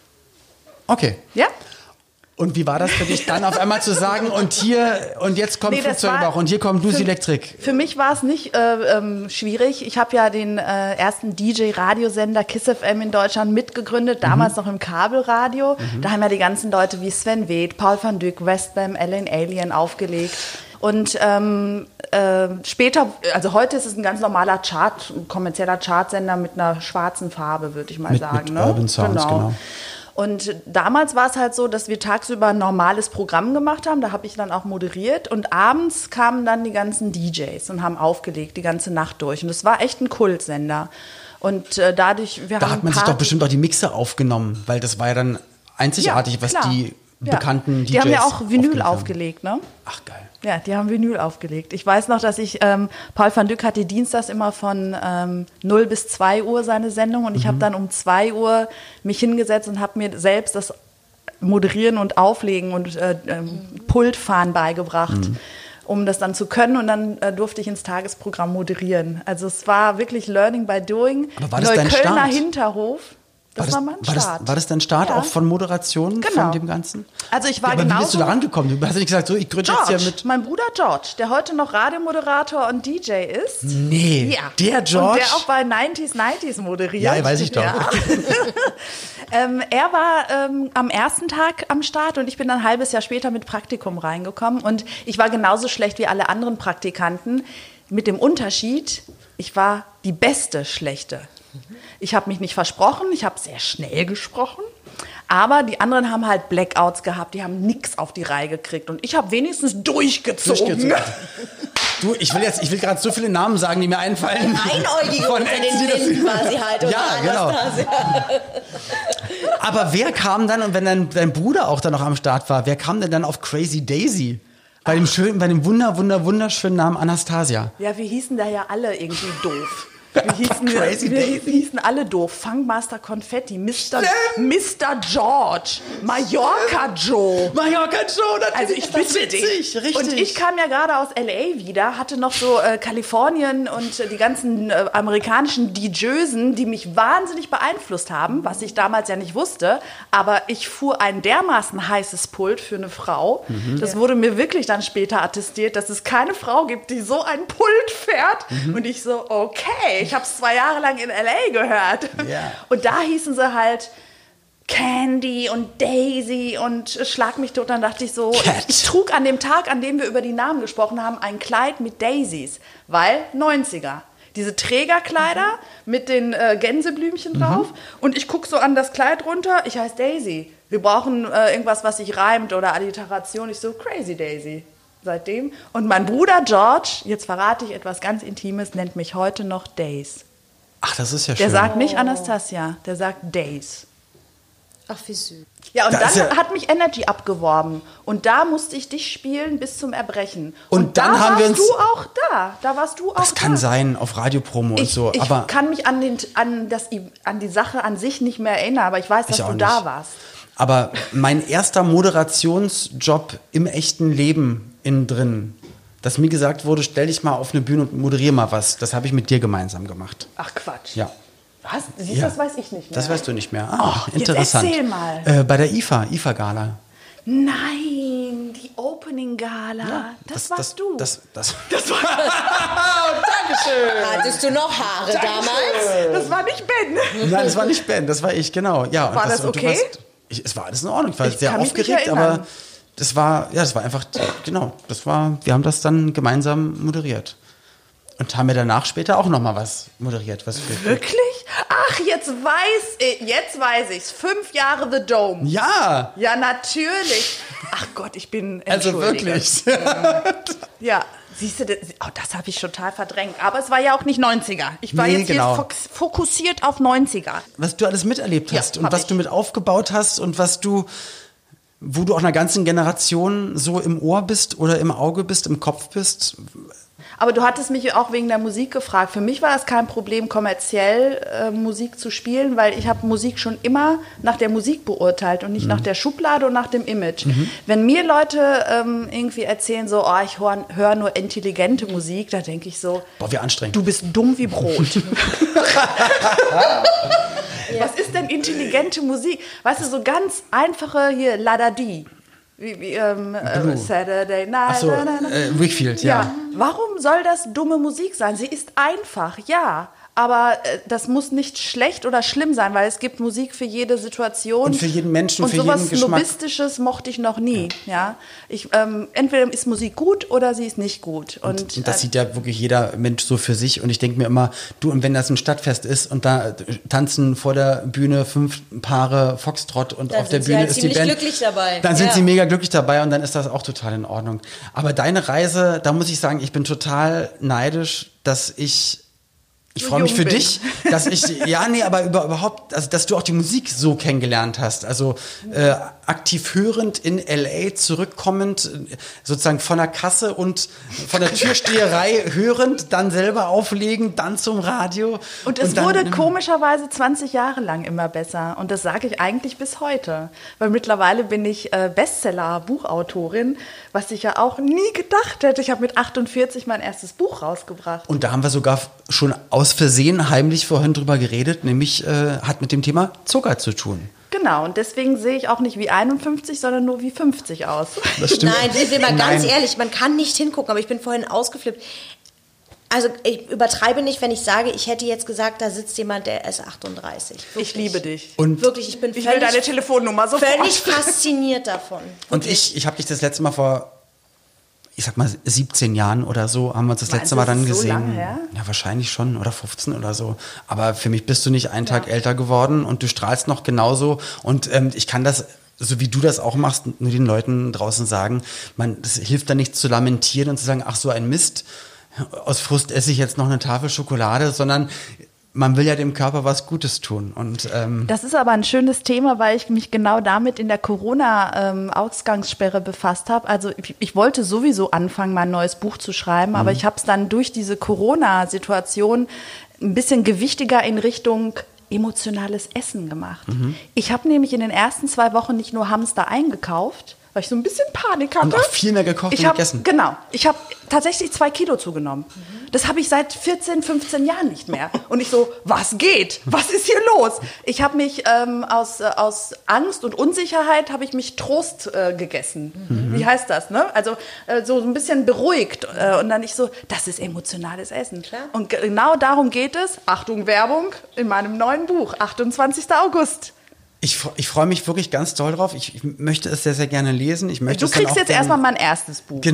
Okay. Ja? Und wie war das für dich dann auf einmal zu sagen, und hier, und jetzt kommt Nee, das Flugzeugbauch war- und hier kommt Lucy für- Electric? Für mich war es nicht äh, ähm, schwierig. Ich habe ja den äh, ersten D J-Radiosender KISS F M in Deutschland mitgegründet, damals noch im Kabelradio. Da haben ja die ganzen Leute wie Sven Weth, Paul van Dyk, Westbam, Ellen Alien aufgelegt. Und ähm, äh, später, also heute ist es ein ganz normaler Chart, ein kommerzieller Chartsender mit einer schwarzen Farbe, würde ich mal Mit- sagen. mit ne? Urban Sounds, genau. Und damals war es halt so, dass wir tagsüber ein normales Programm gemacht haben. Da habe ich dann auch moderiert. Und abends kamen dann die ganzen D Js und haben aufgelegt, die ganze Nacht durch. Und es war echt ein Kultsender. Und äh, dadurch, wir Da haben hat man sich doch Party- bestimmt auch die Mixer aufgenommen, weil das war ja dann einzigartig, Ja, was klar. die Ja. bekannten D Js Die haben ja auch Vinyl aufgelegt haben. aufgelegt, ne? Ach, geil. Ja, die haben Vinyl aufgelegt. Ich weiß noch, dass ich, ähm, Paul van Dyk hatte dienstags immer von ähm, null bis zwei Uhr seine Sendung und ich Mhm. habe dann um zwei Uhr mich hingesetzt und habe mir selbst das Moderieren und Auflegen und äh, ähm, Pultfahren beigebracht, Mhm. um das dann zu können, und dann äh, durfte ich ins Tagesprogramm moderieren. Also es war wirklich Learning by Doing. Aber war das dein Neuköllner Start? Hinterhof. Das war, mein war, das, Start. war das dein Start Ja. auch von Moderation, Genau. von dem Ganzen? Also ich war ja, aber wie bist du genauso- da rangekommen? Du hast nicht gesagt, so, ich gründe jetzt George, hier mit... mein Bruder George, der heute noch Radiomoderator und D J ist. Nee, Ja. der George? Und der auch bei neunziger neunziger moderiert. Ja, weiß ich doch. Ja. ähm, er war ähm, am ersten Tag am Start und ich bin dann ein halbes Jahr später mit Praktikum reingekommen. Und ich war genauso schlecht wie alle anderen Praktikanten. Mit dem Unterschied, ich war die beste Schlechte. Ich habe mich nicht versprochen, ich habe sehr schnell gesprochen. Aber die anderen haben halt Blackouts gehabt, die haben nichts auf die Reihe gekriegt. Und ich habe wenigstens durchgezogen. Durchgezogen. Du, ich will jetzt, ich will gerade so viele Namen sagen, die mir einfallen. Einäugige Von unter den Ex, die das- Blinden war sie halt. Ja, unter genau. Anastasia. Aber wer kam dann, und wenn dein, dein Bruder auch dann noch am Start war, wer kam denn dann auf Crazy Daisy? Bei dem schönen, bei dem wunder, wunder, wunderschönen Namen Anastasia. Ja, wir hießen da ja alle irgendwie doof. Wir hießen, Crazy wir, Daisy. wir hießen alle doof. Funkmaster Confetti, Mister Mister George, Mallorca Joe. Mallorca Joe, natürlich. Also ich das bitte dich. witzig, richtig. Und ich kam ja gerade aus L A wieder, hatte noch so äh, Kalifornien und äh, die ganzen äh, amerikanischen D Jsen, die mich wahnsinnig beeinflusst haben, was ich damals ja nicht wusste. Aber ich fuhr ein dermaßen heißes Pult für eine Frau. Mhm. Das wurde mir wirklich dann später attestiert, dass es keine Frau gibt, die so ein Pult fährt. Mhm. Und ich so, okay, ich habe es zwei Jahre lang in L A gehört. Ja. Und da hießen sie halt Candy und Daisy und Schlag mich tot. Dann dachte ich so, Cat. ich trug an dem Tag, an dem wir über die Namen gesprochen haben, ein Kleid mit Daisies, weil neunziger. Diese Trägerkleider mit den äh, Gänseblümchen drauf. Mhm. Und ich gucke so an das Kleid runter. Ich heiße Daisy. Wir brauchen äh, irgendwas, was sich reimt oder Alliteration. Ich so, Crazy Daisy. Seitdem. Und mein Bruder George, jetzt verrate ich etwas ganz Intimes, nennt mich heute noch Days. Ach, das ist ja der schön. Der sagt nicht Anastasia, der sagt Days. Ach, wie süß. Ja, und da dann ja hat mich Energy abgeworben. Und da musste ich dich spielen bis zum Erbrechen. Und, und dann da haben wir warst uns, du auch da. Da warst du auch das kann da. sein, auf Radiopromo und ich, so. Ich aber kann mich an, den, an, das, an die Sache an sich nicht mehr erinnern, aber ich weiß, dass ich du auch da nicht. warst. Aber mein erster Moderationsjob im echten Leben innen drin, dass mir gesagt wurde, stell dich mal auf eine Bühne und moderiere mal was, das habe ich mit dir gemeinsam gemacht. Ach Quatsch. Ja. Was? Siehst, Ja. Das weiß ich nicht mehr. Das weißt du nicht mehr. Ah, Oh, jetzt interessant. erzähl mal. Äh, bei der I F A, I F A-Gala. Nein, die Opening-Gala. Ja, das, warst das, du. Das, das, Das war Dankeschön. Hattest du noch Haare damals? Das war nicht Ben. Nein, das war nicht Ben, das war ich, genau. Ja, und War das und du okay? warst, ich, es war alles in Ordnung. Ich war Ich sehr kann mich nicht aufgeregt, erinnern. aber das war, ja, das war einfach, genau, das war, wir haben das dann gemeinsam moderiert. Und haben wir danach später auch nochmal was moderiert. Was für Wirklich? Ach, jetzt weiß ich, jetzt weiß ich's. Fünf Jahre The Dome. Ja! Ja, natürlich. Ach Gott, ich bin Also entschuldigt. wirklich. Ja, siehst du, das, oh, das habe ich total verdrängt. Aber es war ja auch nicht neunziger. Ich war Nee, jetzt genau. hier fok- fokussiert auf neunziger. Was du alles miterlebt Ja, hast und hab was ich. du mit aufgebaut hast und was du, wo du auch einer ganzen Generation so im Ohr bist oder im Auge bist, im Kopf bist. Aber du hattest mich auch wegen der Musik gefragt. Für mich war das kein Problem, kommerziell äh, Musik zu spielen, weil ich habe Musik schon immer nach der Musik beurteilt und nicht Mhm. nach der Schublade und nach dem Image. Mhm. Wenn mir Leute ähm, irgendwie erzählen, so, oh, ich höre hör nur intelligente Musik, da denke ich so, Boah, wie anstrengend. du bist dumm wie Brot. Was ist denn intelligente Musik? Weißt du, so ganz einfache hier, Ladadi. Wie, wie, ähm, äh, Saturday Night. Ach so, na, na, na. äh, Wakefield, ja. Ja, warum soll das dumme Musik sein? Sie ist einfach, ja. Aber äh, das muss nicht schlecht oder schlimm sein, weil es gibt Musik für jede Situation. Und für jeden Menschen, und für sowas jeden Geschmack. Snobistisches mochte ich noch nie. Ja. Ich, ähm, entweder ist Musik gut oder sie ist nicht gut. Und, Und, und das äh, sieht ja wirklich jeder Mensch so für sich. Und ich denke mir immer, du, und wenn das ein Stadtfest ist und da tanzen vor der Bühne fünf Paare Foxtrott und Dann auf der sind sie Bühne halt ist die ziemlich Band. glücklich dabei. Dann sind Ja. sie mega glücklich dabei und dann ist das auch total in Ordnung. Aber deine Reise, da muss ich sagen, ich bin total neidisch, dass ich Ich so freue mich jung für bin. dich, dass ich, ja, nee, aber über, überhaupt, also, dass du auch die Musik so kennengelernt hast. Also äh, aktiv hörend in L A zurückkommend, sozusagen von der Kasse und von der Türsteherei hörend, dann selber auflegen, dann zum Radio. Und es dann, wurde komischerweise zwanzig Jahre lang immer besser. Und das sage ich eigentlich bis heute. Weil mittlerweile bin ich äh, Bestseller-Buchautorin, was ich ja auch nie gedacht hätte. Ich habe mit achtundvierzig mein erstes Buch rausgebracht. Und da haben wir sogar schon aus Versehen heimlich vorhin drüber geredet, nämlich äh, hat mit dem Thema Zucker zu tun. Genau, und deswegen sehe ich auch nicht wie einundfünfzig, sondern nur wie fünfzig aus. Das stimmt. Nein, sind wir mal ganz Nein. ehrlich, man kann nicht hingucken, aber ich bin vorhin ausgeflippt. Also ich übertreibe nicht, wenn ich sage, ich hätte jetzt gesagt, da sitzt jemand, der ist achtunddreißig. Wirklich. Ich liebe dich. Und, Wirklich, ich bin Ich will völlig, deine Telefonnummer sofort. völlig fasziniert davon. und ich, ich habe dich das letzte Mal vor, ich sag mal, siebzehn Jahren oder so, haben wir uns das Meinst letzte du, Mal das dann ist so gesehen. lange her? Ja, wahrscheinlich schon, oder fünfzehn oder so. Aber für mich bist du nicht einen Tag älter geworden und du strahlst noch genauso. Und ähm, ich kann das, so wie du das auch machst, nur den Leuten draußen sagen, man, es hilft da nicht zu lamentieren und zu sagen, ach so ein Mist, aus Frust esse ich jetzt noch eine Tafel Schokolade, sondern man will ja dem Körper was Gutes tun. Und ähm, Das ist aber ein schönes Thema, weil ich mich genau damit in der Corona-Ausgangssperre befasst habe. Also ich, ich wollte sowieso anfangen, mein neues Buch zu schreiben, aber ich habe es dann durch diese Corona-Situation ein bisschen gewichtiger in Richtung emotionales Essen gemacht. Ich habe nämlich in den ersten zwei Wochen nicht nur Hamster eingekauft, weil ich so ein bisschen Panik hatte. Und auch viel mehr gekocht ich und hab, gegessen. Genau. Ich habe tatsächlich zwei Kilo zugenommen. Das habe ich seit vierzehn, fünfzehn Jahren nicht mehr. Und ich so, was geht? Was ist hier los? Ich habe mich ähm, aus, äh, aus Angst und Unsicherheit habe ich mich Trost äh, gegessen. Mhm. Wie heißt das? Ne? Also äh, so ein bisschen beruhigt. Äh, und dann ich so, das ist emotionales Essen. Klar. Und ge- genau darum geht es. Achtung, Werbung in meinem neuen Buch, achtundzwanzigsten August. ich, fr- ich freue mich wirklich ganz doll drauf. Ich, ich möchte es sehr, sehr gerne lesen. Ich möchte Du es dann kriegst auch jetzt gerne- erstmal mein erstes Buch. Genau.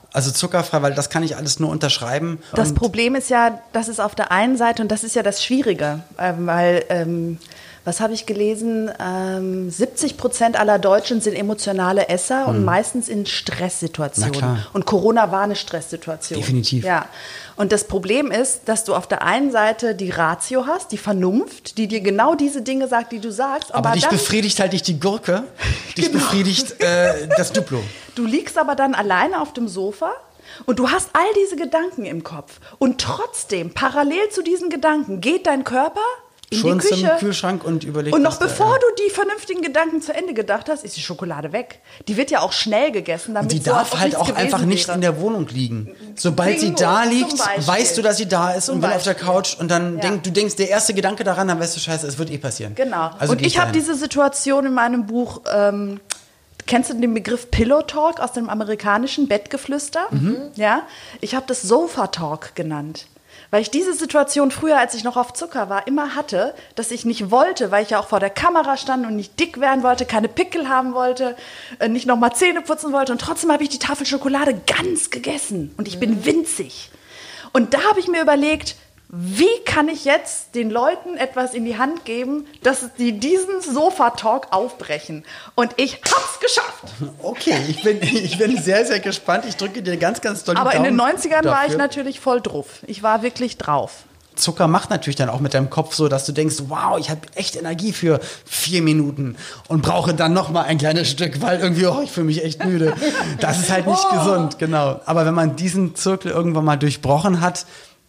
also zuckerfrei, weil das kann ich alles nur unterschreiben. Das Und Problem ist ja, das ist auf der einen Seite, und das ist ja das Schwierige, äh, weil, ähm, was habe ich gelesen, ähm, siebzig Prozent aller Deutschen sind emotionale Esser und meistens in Stresssituationen. Na klar. Und Corona war eine Stresssituation. Definitiv. Ja. Und das Problem ist, dass du auf der einen Seite die Ratio hast, die Vernunft, die dir genau diese Dinge sagt, die du sagst. aber Aber dich dann, befriedigt halt nicht die Gurke, dich Genau. befriedigt äh, das Duplo. du liegst aber dann alleine auf dem Sofa und du hast all diese Gedanken im Kopf. Und trotzdem, parallel zu diesen Gedanken, geht dein Körper in Schon die Küche. zum Kühlschrank und überlegt. Und noch was da- bevor ja. du die vernünftigen Gedanken zu Ende gedacht hast, ist die Schokolade weg. Die wird ja auch schnell gegessen, damit Die so, als darf ob halt nichts auch gewesen einfach nicht wäre. in der Wohnung liegen. Sobald sie Bingo, da zum liegt, Beispiel. weißt du, dass sie da ist Zum und will auf der Beispiel. Couch und dann Ja. denk, du denkst, der erste Gedanke daran, dann weißt du, scheiße, es wird eh passieren. Genau. Also und geh ich habe dahin. diese Situation in meinem Buch, ähm, kennst du den Begriff Pillow Talk aus dem amerikanischen Bettgeflüster? Mhm. Ja. Ich habe das Sofa Talk genannt. Weil ich diese Situation früher, als ich noch auf Zucker war, immer hatte, dass ich nicht wollte, weil ich ja auch vor der Kamera stand und nicht dick werden wollte, keine Pickel haben wollte, äh, nicht nochmal Zähne putzen wollte. Und trotzdem habe ich die Tafel Schokolade ganz gegessen. Und ich bin winzig. Und da habe ich mir überlegt, wie kann ich jetzt den Leuten etwas in die Hand geben, dass die diesen Sofa-Talk aufbrechen? Und ich hab's geschafft. Okay, ich bin, ich bin sehr, sehr gespannt. Ich drücke dir ganz, ganz doll die Aber in den Daumen neunzigern war ich dafür. natürlich voll drauf. Ich war wirklich drauf. Zucker macht natürlich dann auch mit deinem Kopf so, dass du denkst, wow, ich habe echt Energie für vier Minuten und brauche dann noch mal ein kleines Stück, weil irgendwie, oh, ich fühle mich echt müde. Das ist halt nicht Oh. gesund, genau. Aber wenn man diesen Zirkel irgendwann mal durchbrochen hat,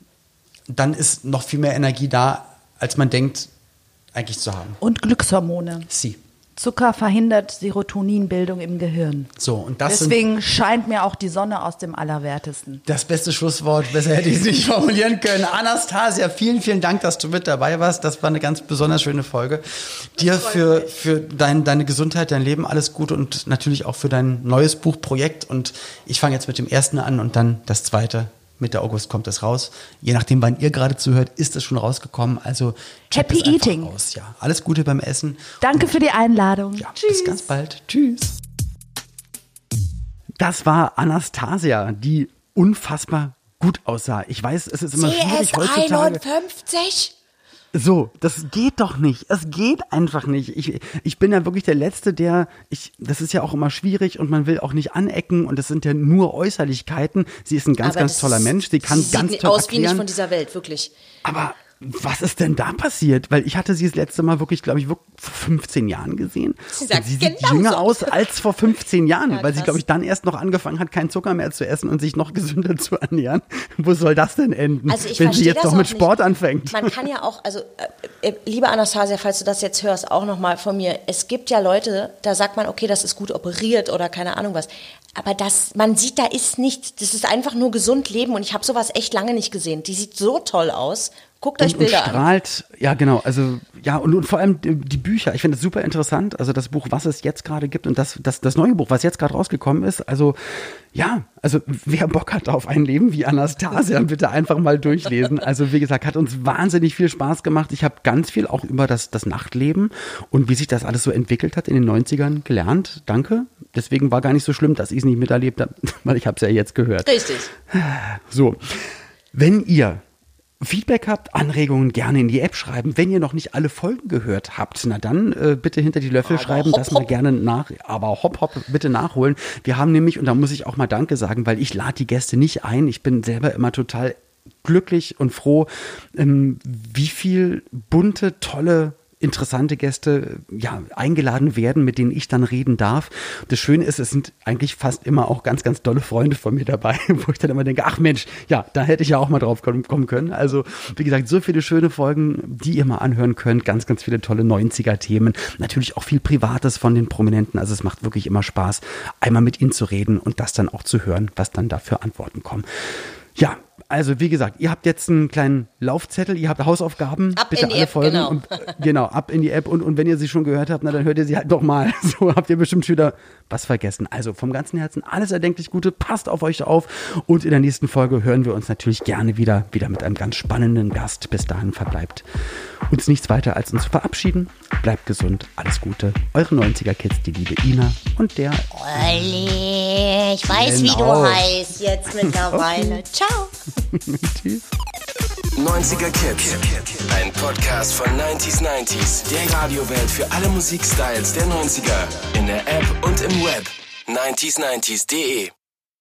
dann ist noch viel mehr Energie da, als man denkt, eigentlich zu haben. Und Glückshormone. Sie. Zucker verhindert Serotoninbildung im Gehirn. So, und das sind Deswegen scheint mir auch die Sonne aus dem Allerwertesten. das beste Schlusswort. Besser hätte ich es nicht formulieren können. Anastasia, vielen, vielen Dank, dass du mit dabei warst. Das war eine ganz besonders schöne Folge. Dir für, für dein, deine Gesundheit, dein Leben alles Gute und natürlich auch für dein neues Buchprojekt. Und ich fange jetzt mit dem ersten an und dann das zweite. Mitte August kommt es raus. Je nachdem, wann ihr gerade zuhört, ist es schon rausgekommen. Also checkt Happy es einfach Eating. aus. Ja, alles Gute beim Essen. Danke für die Einladung. Ja, Tschüss. bis ganz bald. Tschüss. Das war Anastasia, die unfassbar gut aussah. Ich weiß, es ist immer schwierig heutzutage. einundfünfzig? So, das geht doch nicht. Es geht einfach nicht. Ich, ich bin ja wirklich der Letzte, der, ich, das ist ja auch immer schwierig und man will auch nicht anecken und das sind ja nur Äußerlichkeiten. Sie ist ein ganz, Aber ganz das toller ist- Mensch. Sie kann sie ganz sieht toll aus wie nicht erklären. von dieser Welt, wirklich. Aber was ist denn da passiert? Weil ich hatte sie das letzte Mal wirklich, glaube ich, wirklich vor fünfzehn Jahren gesehen. Sie sagt und sie sieht genauso. jünger aus als vor fünfzehn Jahren, Ja, weil sie, krass. glaube ich, dann erst noch angefangen hat, keinen Zucker mehr zu essen und sich noch gesünder zu ernähren. Wo soll das denn enden, Also ich wenn sie verstehe jetzt das noch auch mit nicht. Sport anfängt? Man kann ja auch, also äh, äh, liebe Anastasia, falls du das jetzt hörst, auch nochmal von mir. Es gibt ja Leute, da sagt man, okay, das ist gut operiert oder keine Ahnung was. Aber das, man sieht, da ist nichts, das ist einfach nur gesund leben und ich habe sowas echt lange nicht gesehen. Die sieht so toll aus. Guckt euch und, und Bilder an. strahlt, ja genau, also ja und, und vor allem die die Bücher, ich finde das super interessant, also das Buch, was es jetzt gerade gibt und das, das, das neue Buch, was jetzt gerade rausgekommen ist, also ja, also wer Bock hat auf ein Leben wie Anastasia, bitte einfach mal durchlesen, also wie gesagt, hat uns wahnsinnig viel Spaß gemacht, ich habe ganz viel auch über das, das Nachtleben und wie sich das alles so entwickelt hat in den neunzigern gelernt, danke, deswegen war gar nicht so schlimm, dass ich es nicht miterlebt habe, weil ich habe es ja jetzt gehört. Richtig. So, wenn ihr Feedback habt, Anregungen gerne in die App schreiben. Wenn ihr noch nicht alle Folgen gehört habt, na dann äh, bitte hinter die Löffel Aber schreiben, hopp, das mal hopp. gerne nach, aber hopp, hopp, bitte nachholen. Wir haben nämlich, und da muss ich auch mal Danke sagen, weil ich lade die Gäste nicht ein. Ich bin selber immer total glücklich und froh, ähm, wie viel bunte, tolle, interessante Gäste ja, eingeladen werden, mit denen ich dann reden darf. Das Schöne ist, es sind eigentlich fast immer auch ganz, ganz tolle Freunde von mir dabei, wo ich dann immer denke, ach Mensch, ja, da hätte ich ja auch mal drauf kommen, kommen können. Also, wie gesagt, so viele schöne Folgen, die ihr mal anhören könnt, ganz, ganz viele tolle neunziger-Themen, natürlich auch viel Privates von den Prominenten, also es macht wirklich immer Spaß, einmal mit ihnen zu reden und das dann auch zu hören, was dann da für Antworten kommen. Ja, Also wie gesagt, ihr habt jetzt einen kleinen Laufzettel, ihr habt Hausaufgaben, ab bitte in die alle App, Folgen genau. und genau, ab in die App und, und wenn ihr sie schon gehört habt, na, dann hört ihr sie halt nochmal. So habt ihr bestimmt wieder was vergessen. Also vom ganzen Herzen alles erdenklich Gute, passt auf euch auf und in der nächsten Folge hören wir uns natürlich gerne wieder, wieder mit einem ganz spannenden Gast. Bis dahin verbleibt uns nichts weiter als uns zu verabschieden. Bleibt gesund, alles Gute. Eure neunziger-Kids, die liebe Ina und der Olli, ich weiß, Genau. wie du heißt jetzt mittlerweile. Okay. Ciao. Tschüss. neunziger Kids. Ein Podcast von neunzig neunzig. Der Radiowelt für alle Musikstyles der neunziger. In der App und im Web. neunzig neunzig punkt de